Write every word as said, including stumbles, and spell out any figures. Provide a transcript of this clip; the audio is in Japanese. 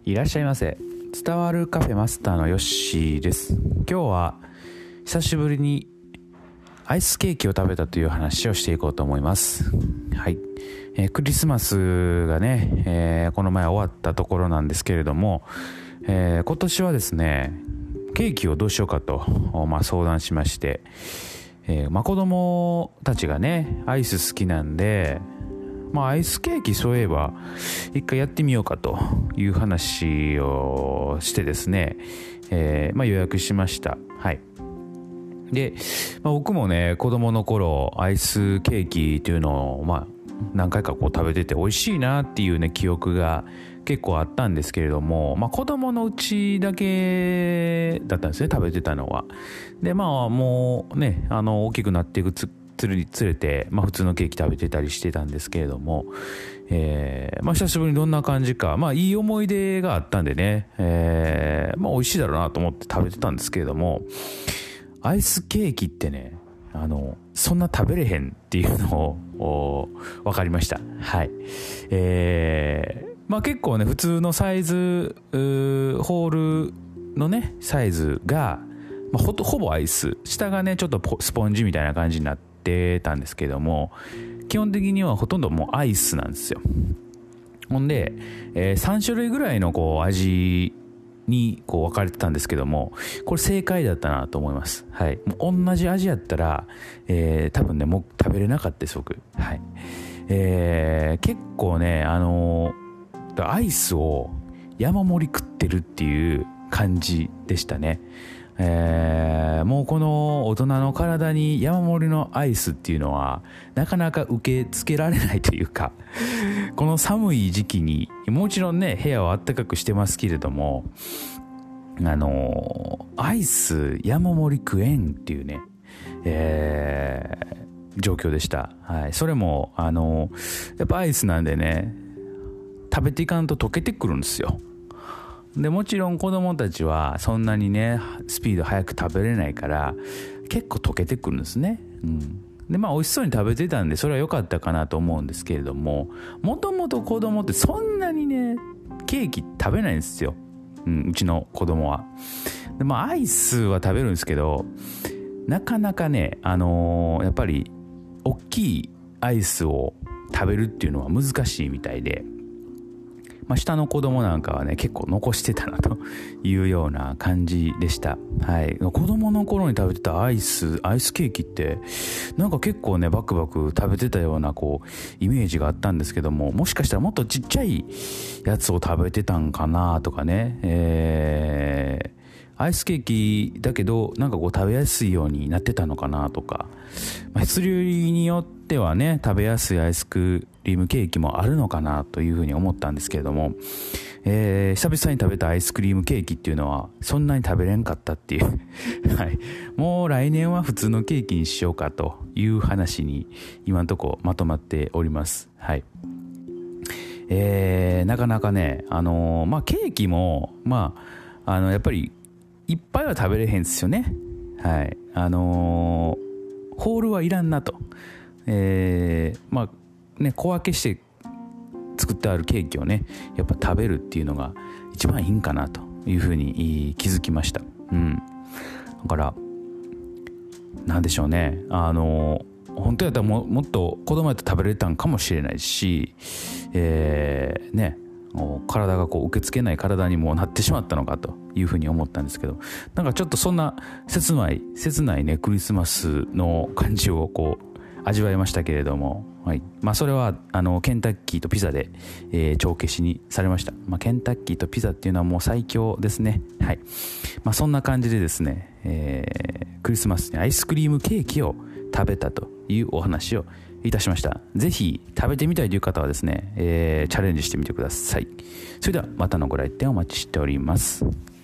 いらっしゃいませ。伝わるカフェマスターのヨッシーです。今日は久しぶりにアイスケーキを食べたという話をしていこうと思います。はい、えー、クリスマスがね、えー、この前終わったところなんですけれども、えー、今年はですねケーキをどうしようかと、まあ、相談しまして、えーまあ、子供たちがねアイス好きなんで、まあ、アイスケーキそういえば一回やってみようかという話をしてですね、えーまあ、予約しました。はいで、まあ、僕もね子供の頃アイスケーキっていうのを、まあ、何回かこう食べてて美味しいなっていうね記憶が結構あったんですけれども、まあ、子供のうちだけだったんですね食べてたのは。でまあもうねあの大きくなっていくつつるにつれて、まあ、普通のケーキ食べてたりしてたんですけれども、えーまあ、久しぶりにどんな感じか、まあ、いい思い出があったんでね、えーまあ、美味しいだろうなと思って食べてたんですけれども、アイスケーキってねあのそんな食べれへんっていうのを分かりました。はい、えーまあ、結構ね普通のサイズホールのねサイズが、まあ、ほ, ほぼアイス、下がねちょっとスポンジみたいな感じになってたんですけども、基本的にはほとんどもうアイスなんですよ。ほんで、えー、さん種類ぐらいのこう味にこう分かれてたんですけども、これ正解だったなと思います。はい、もう同じ味やったら、えー、多分ねもう食べれなかったです僕。はい、えー、結構ねあのー、アイスを山盛り食ってるっていう感じでしたね。えー、もうこの大人の体に山盛りのアイスっていうのはなかなか受け付けられないというかこの寒い時期にもちろんね部屋を暖かくしてますけれども、あのー、アイス山盛り食えんっていうね、えー、状況でした。はい、それもあのー、やっぱアイスなんでね食べていかんと溶けてくるんですよ。でもちろん子供たちはそんなにねスピード速く食べれないから結構溶けてくるんですね。うん、でまあ美味しそうに食べてたんでそれは良かったかなと思うんですけれども、もともと子供ってそんなにねケーキ食べないんですよ。うん、うちの子供は。でまあアイスは食べるんですけど、なかなかねあのー、やっぱり大きいアイスを食べるっていうのは難しいみたいで、まあ、下の子供なんかはね結構残してたなというような感じでした。はい、子供の頃に食べてたアイスアイスケーキってなんか結構ねバクバク食べてたようなこうイメージがあったんですけども、もしかしたらもっとちっちゃいやつを食べてたんかなとかね、えーアイスケーキだけどなんかこう食べやすいようになってたのかなとか、まあ、種類によってはね食べやすいアイスクリームケーキもあるのかなというふうに思ったんですけれども、えー、久々に食べたアイスクリームケーキっていうのはそんなに食べれんかったっていうはい、もう来年は普通のケーキにしようかという話に今のところまとまっております。はい、えー、なかなかねあのー、まあケーキもまああのやっぱりいっぱいは食べれへんですよね。はい、あのー、ホールはいらんなと、えー、まあね小分けして作ってあるケーキをねやっぱ食べるっていうのが一番いいんかなというふうに気づきました。うん、だからなんでしょうね、あのー、本当やったら も, もっと子供やったら食べれたんかもしれないし、えー、ね体がこう受け付けない体にもなってしまったのかというふうに思ったんですけど、なんかちょっとそんな切ない切ないねクリスマスの感じをこう味わいましたけれども、はい、まあそれはあのケンタッキーとピザで、えー、帳消しにされました。まあ、ケンタッキーとピザっていうのはもう最強ですね。はい、まあ、そんな感じでですね、えー、クリスマスにアイスクリームケーキを食べたというお話をいたしました。ぜひ食べてみたいという方はですね、えー、チャレンジしてみてください。それではまたのご来店お待ちしております。